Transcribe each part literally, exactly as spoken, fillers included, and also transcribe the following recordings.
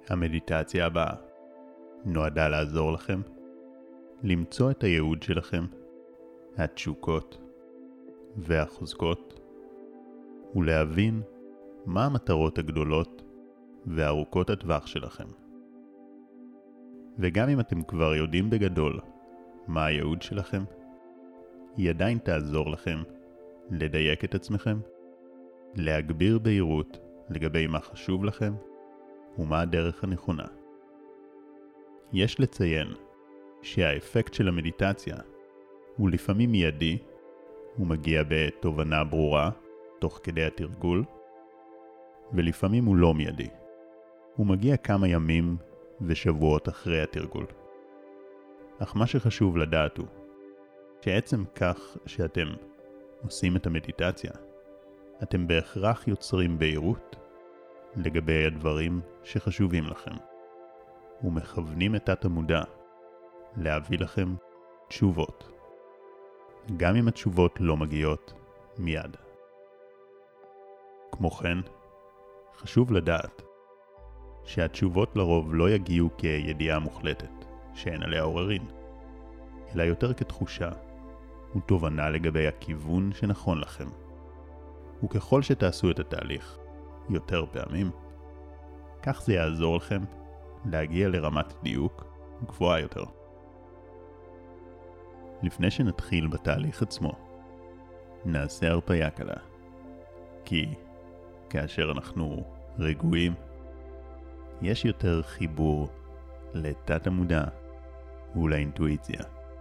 המדיטציה הבאה נועדה לעזור לכם למצוא את הייעוד שלכם, התשוקות והחוזקות, ולהבין מה המטרות הגדולות וארוכות הטווח שלכם. וגם אם אתם כבר יודעים בגדול מה הייעוד שלכם, היא עדיין תעזור לכם לדייק את עצמכם, להגביר בהירות לגבי מה חשוב לכם ומה הדרך הנכונה. יש לציין שהאפקט של המדיטציה הוא לפעמים מיידי, הוא מגיע בתובנה ברורה תוך כדי התרגול, ולפעמים הוא לא מיידי. הוא מגיע כמה ימים ושבועות אחרי התרגול. אך מה שחשוב לדעת הוא שעצם כך שאתם עושים את המדיטציה, אתם בהכרח יוצרים בהירות לגבי הדברים שחשובים לכם, ומכוונים את תת המודע להביא לכם תשובות, גם אם התשובות לא מגיעות מיד. כמו כן, חשוב לדעת שהתשובות לרוב לא יגיעו כידיעה מוחלטת שאין עליה עוררין, אלא יותר כתחושה ותובנה לגבי הכיוון שנכון לכם. וככל שתעשו את התהליך יותר פעמים, כך זה יעזור לכם להגיע לרמת דיוק גבוהה יותר. לפני שנתחיל בתהליך עצמו, נעשה הרפאיה קלה, כי כאשר אנחנו רגועים, יש יותר חיבור לתת המודע ולאינטואיציה.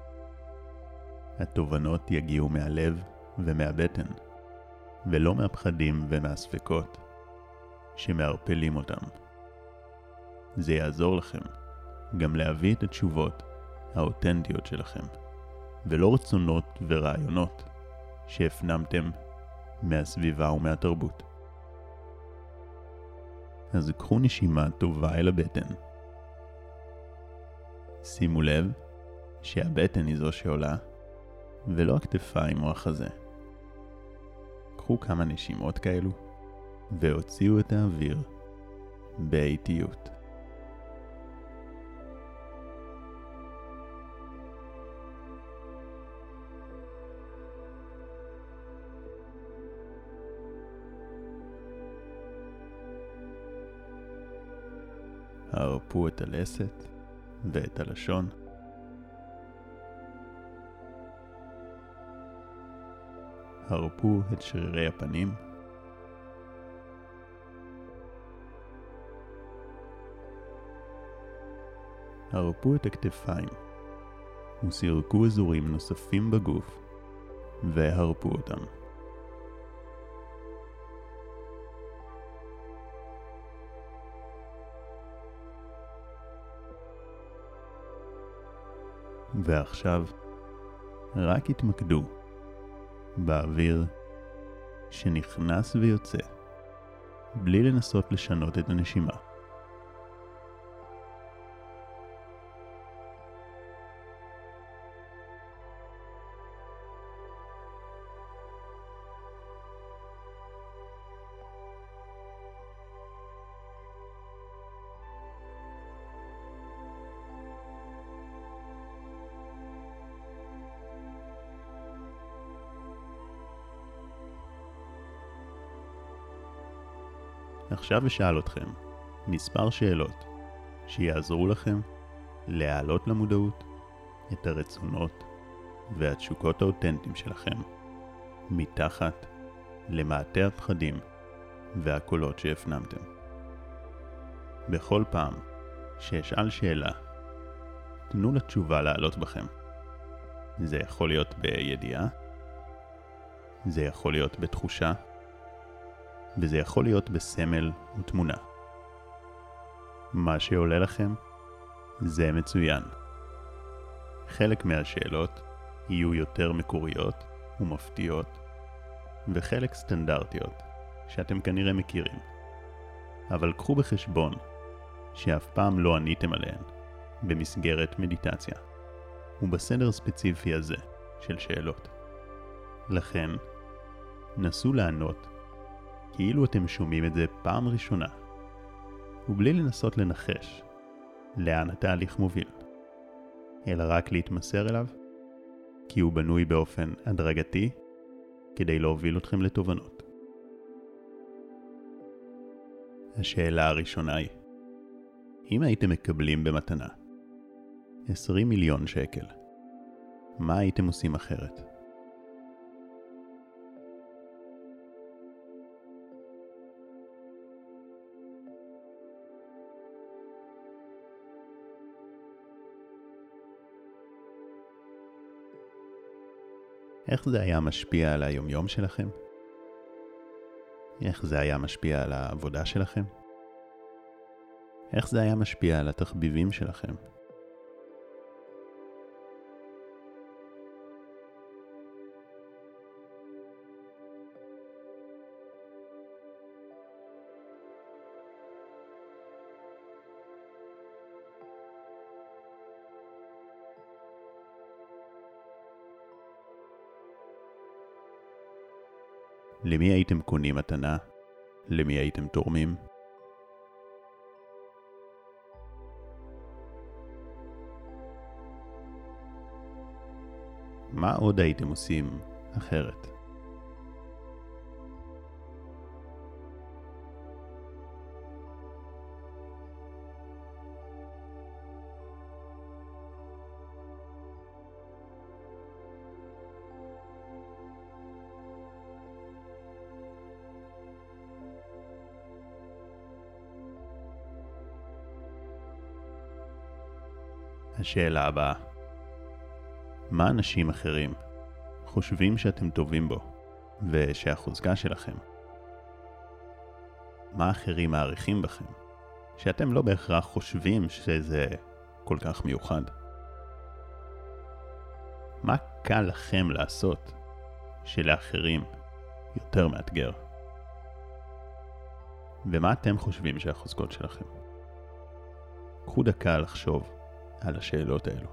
התובנות יגיעו מהלב ומהבטן, ולא מהפחדים ומהספקות שמערפלים אותם. זה יעזור לכם גם להביא את התשובות האותנטיות שלכם, ולא רצונות ורעיונות שהפנמתם מהסביבה ומהתרבות. אז קחו נשימה טובה אל הבטן. שימו לב שהבטן היא זו שעולה, ולא הכתפיים או החזה. קחו כמה נשימות כאלו, והוציאו את האוויר באיטיות. הרפו את הלסת ואת הלשון. הרפו את שרירי הפנים. הרפו את הכתפיים וסירקו אזורים נוספים בגוף והרפו אותם. ועכשיו רק התמקדו באוויר שנכנס ויוצא, בלי לנסות לשנות את הנשימה. עכשיו אשאל אתכם מספר שאלות שיעזרו לכם להעלות למודעות את הרצונות והתשוקות האותנטיים שלכם מתחת למעטה הפחדים והקולות שהפנמתם. בכל פעם שאשאל שאלה, תנו לתשובה לעלות בכם. זה יכול להיות בידיעה, זה יכול להיות בתחושה, וזה יכול להיות בסמל ותמונה. מה שעולה לכם זה מצוין. חלק מהשאלות יהיו יותר מקוריות ומפתיעות, וחלק סטנדרטיות שאתם כנראה מכירים. אבל קחו בחשבון שאף פעם לא עניתם עליהן במסגרת מדיטציה, ובסדר ספציפי הזה של שאלות. לכן, נסו לענות כאילו אתם שומעים את זה פעם ראשונה, ובלי לנסות לנחש לאן התהליך מוביל, אלא רק להתמסר אליו, כי הוא בנוי באופן הדרגתי כדי להוביל אתכם לתובנות. השאלה הראשונה היא, אם הייתם מקבלים במתנה עשרים מיליון שקל, מה הייתם עושים אחרת? איך זה היה משפיע על היומיום שלכם? איך זה היה משפיע על העבודה שלכם? איך זה היה משפיע על התחביבים שלכם? למי הייתם קונים מתנה? למי הייתם תורמים? מה עוד הייתם עושים אחרת? השאלה הבאה, מה אנשים אחרים חושבים שאתם טובים בו ושהחוזקה שלכם? מה אחרים מעריכים בכם שאתם לא בהכרח חושבים שזה כל כך מיוחד? מה קל לכם לעשות שלאחרים יותר מאתגר? ומה אתם חושבים שהחוזקות שלכם? קחו דקה לחשוב על השאלות האלו.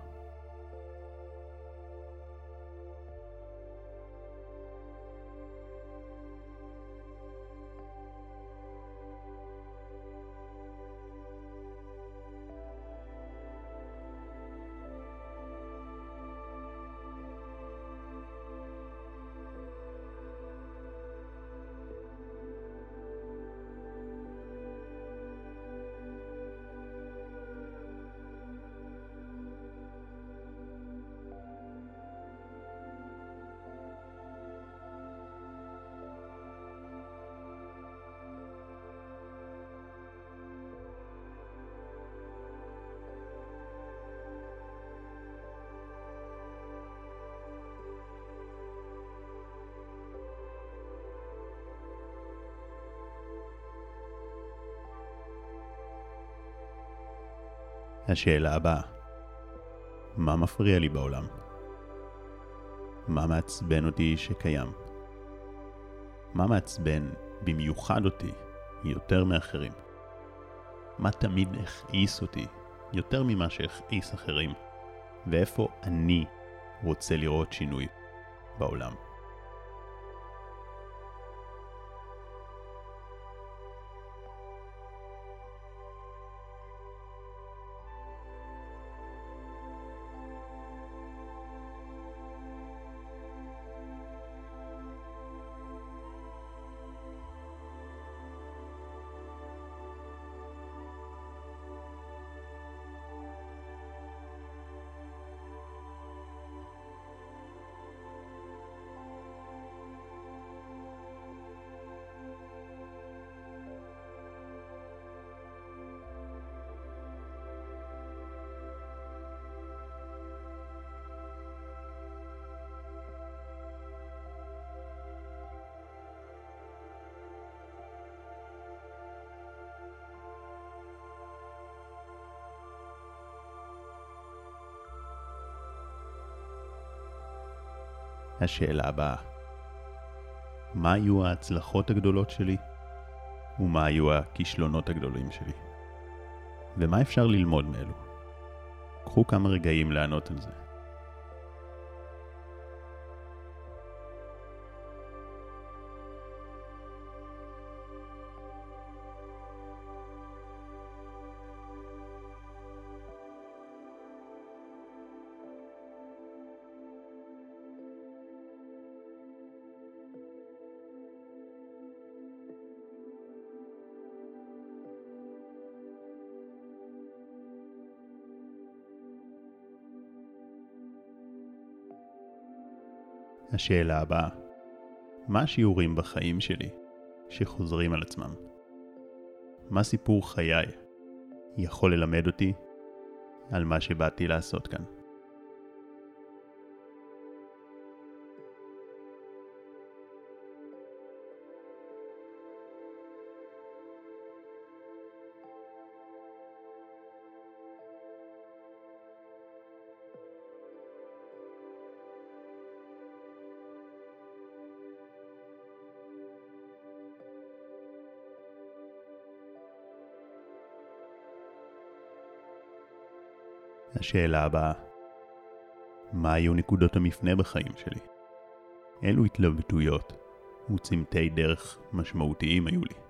השאלה הבאה, מה מפריע לי בעולם? מה מעצבן אותי שקיים? מה מעצבן במיוחד אותי יותר מאחרים? מה תמיד הכעיס אותי יותר ממה שהכעיס אחרים? ואיפה אני רוצה לראות שינוי בעולם? השאלה הבאה, מה היו ההצלחות הגדולות שלי? ומה היו הכישלונות הגדולים שלי? ומה אפשר ללמוד מאלו? קחו כמה רגעים לענות על זה. השאלה הבאה, מה השיעורים בחיים שלי שחוזרים על עצמם? מה סיפור חיי יכול ללמד אותי על מה שבאתי לעשות כאן? השאלה הבאה, מה היו נקודות המפנה בחיים שלי? אילו התלבטויות וצמתי דרך משמעותיים היו לי?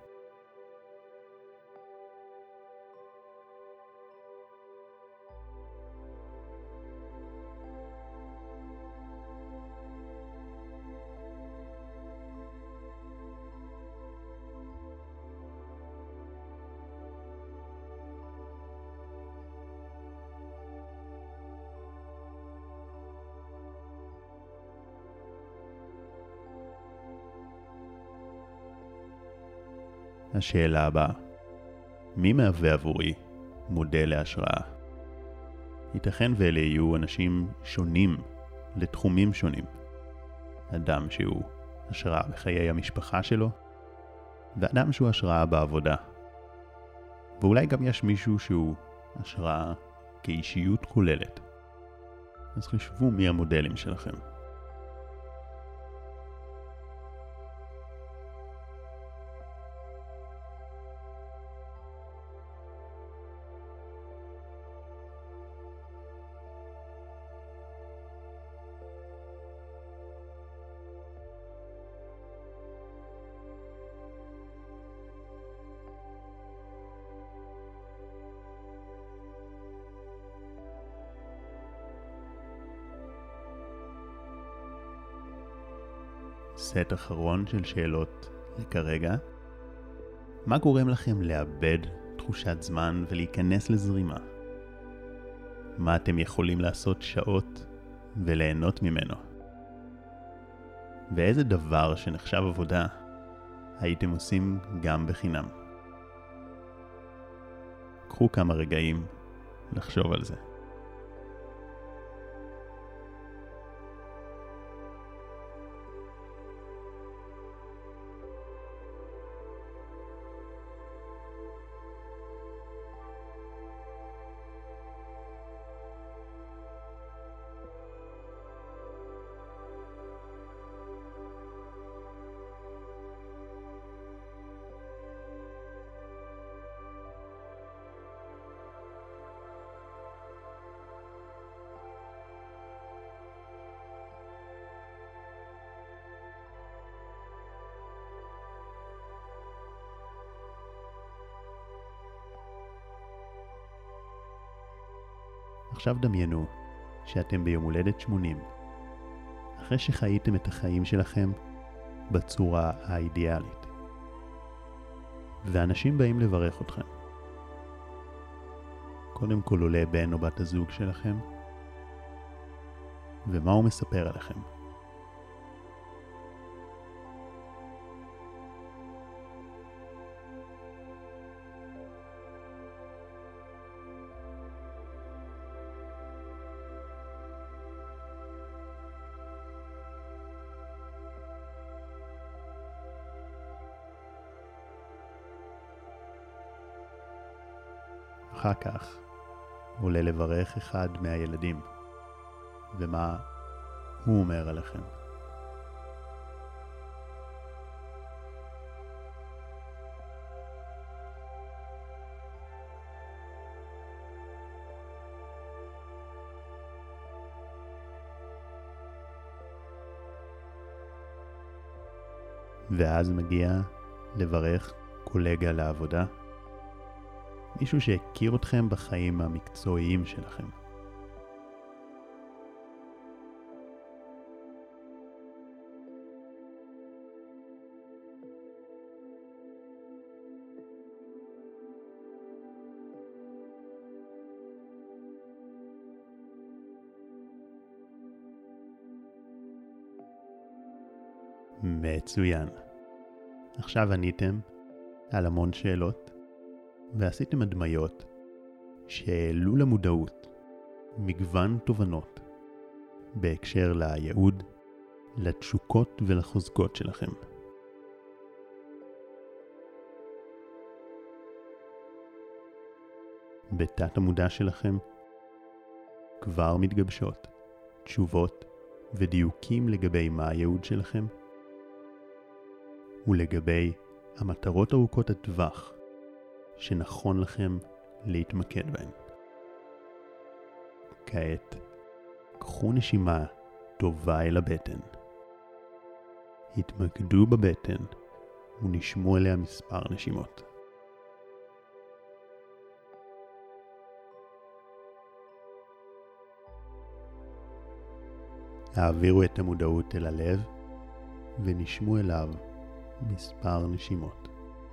השאלה הבאה, מי מהווה עבורי מודל להשראה? ייתכן ואלה יהיו אנשים שונים לתחומים שונים. אדם שהוא השראה בחיי המשפחה שלו, ואדם שהוא השראה בעבודה. ואולי גם יש מישהו שהוא השראה כאישיות כוללת. אז חשבו מי המודלים שלכם. סט אחרון של שאלות לכרגע. מה גורם לכם לאבד תחושת זמן ולהיכנס לזרימה? מה אתם יכולים לעשות שעות וליהנות ממנו? ואיזה דבר שנחשב עבודה הייתם עושים גם בחינם? קחו כמה רגעים לחשוב על זה. עכשיו דמיינו שאתם ביום הולדת שמונים, אחרי שחייתם את החיים שלכם בצורה האידיאלית. ואנשים באים לברך אתכם. קודם כל עולה בן או בת הזוג שלכם, ומה הוא מספר עליכם? אחר כך עולה לברך אחד מהילדים, ומה הוא אומר עליכם? ואז מגיע לברך קולגה לעבודה, מישהו שהכיר אתכם בחיים המקצועיים שלכם. מצוין. עכשיו עניתם על המון שאלות ועשיתם הדמיות שהעלו למודעות מגוון תובנות בהקשר לייעוד, לתשוקות ולחוזקות שלכם. בתת המודע שלכם כבר מתגבשות תשובות ודיוקים לגבי מה הייעוד שלכם ולגבי המטרות ארוכות הטווח שנכון לכם להתמקד בהן. כעת, קחו נשימה טובה אל הבטן. התמקדו בבטן ונשמו אליה מספר נשימות. העבירו את המודעות אל הלב ונשמו אליו מספר נשימות.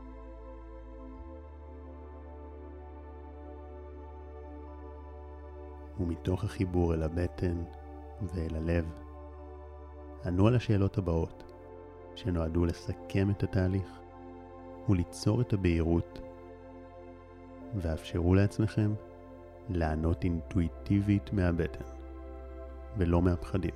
ומתוך החיבור אל הבטן ואל הלב, ענו על השאלות הבאות שנועדו לסכם את התהליך וליצור את הבהירות, ואפשרו לעצמכם לענות אינטואיטיבית מהבטן ולא מהפחדים.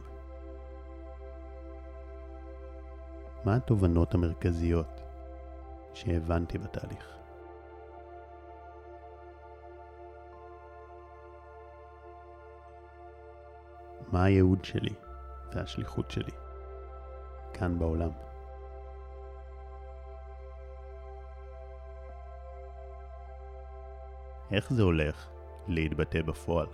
מה התובנות המרכזיות שהבנתי בתהליך? מה הייעוד שלי והשליחות שלי כאן בעולם? איך זה הולך להתבטא בפועל?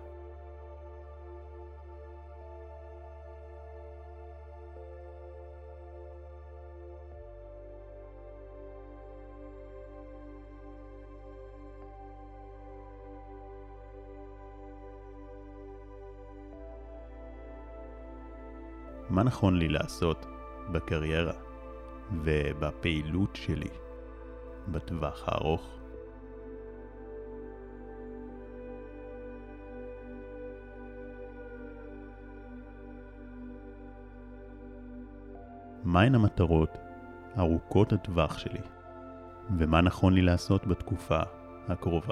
מה נכון לי לעשות בקריירה ובפעילות שלי בטווח הארוך? מהן המטרות ארוכות הטווח שלי ומה נכון לי לעשות בתקופה הקרובה?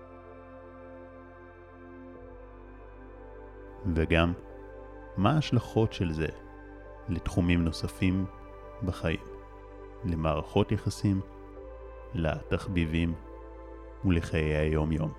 וגם מה ההשלכות של זה לתחומים נוספים בחיים, למערכות יחסים, לתחביבים ולחיי היום-יום?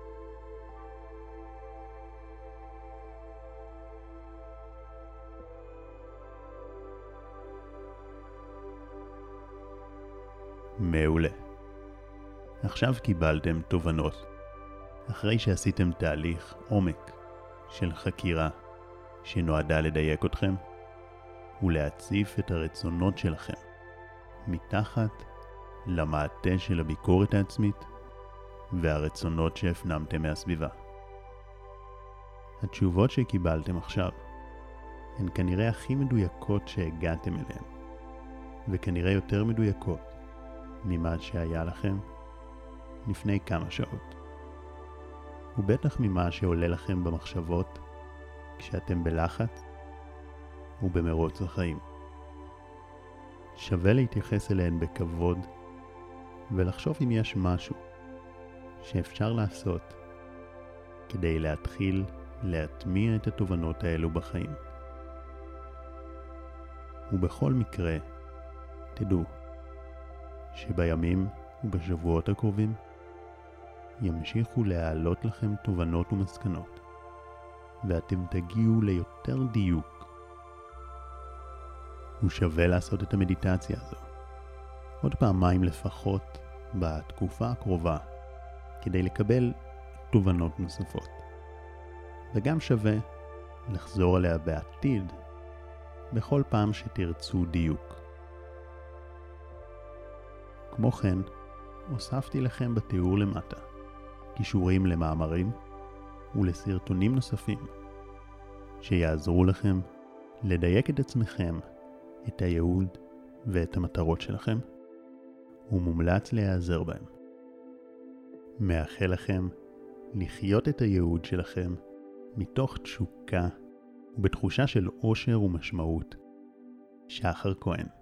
מעולה. עכשיו קיבלתם תובנות אחרי שעשיתם תהליך עומק של חקירה שנועדה לדייק אתכם ולהציף את הרצונות שלכם מתחת למעטה של הביקורת העצמית והרצונות שהפנמתם מהסביבה. התשובות שקיבלתם עכשיו הן כנראה הכי מדויקות שהגעתם אליהן, וכנראה יותר מדויקות ממה שהיה לכם לפני כמה שעות, ובטח ממה שעולה לכם במחשבות כשאתם בלחץ ובמרוץ החיים. שווה להתייחס אליהן בכבוד ולחשוב אם יש משהו שאפשר לעשות כדי להתחיל להטמיע את התובנות האלו בחיים. ובכל מקרה, תדעו שבימים ובשבועות הקרובים ימשיכו להעלות לכם תובנות ומסקנות, ואתם תגיעו ליותר דיוק. ושווה לעשות את המדיטציה הזו עוד פעמיים לפחות בתקופה הקרובה כדי לקבל תובנות נוספות, וגם שווה לחזור עליה בעתיד בכל פעם שתרצו דיוק. כמו כן, הוספתי לכם בתיאור למטה קישורים למאמרים ולסרטונים נוספים שיעזרו לכם לדייק את עצמכם, את הייעוד ואת המטרות שלכם, ומומלץ להיעזר בהם. מאחל לכם לחיות את הייעוד שלכם מתוך תשוקה ובתחושה של אושר ומשמעות. שחר כהן.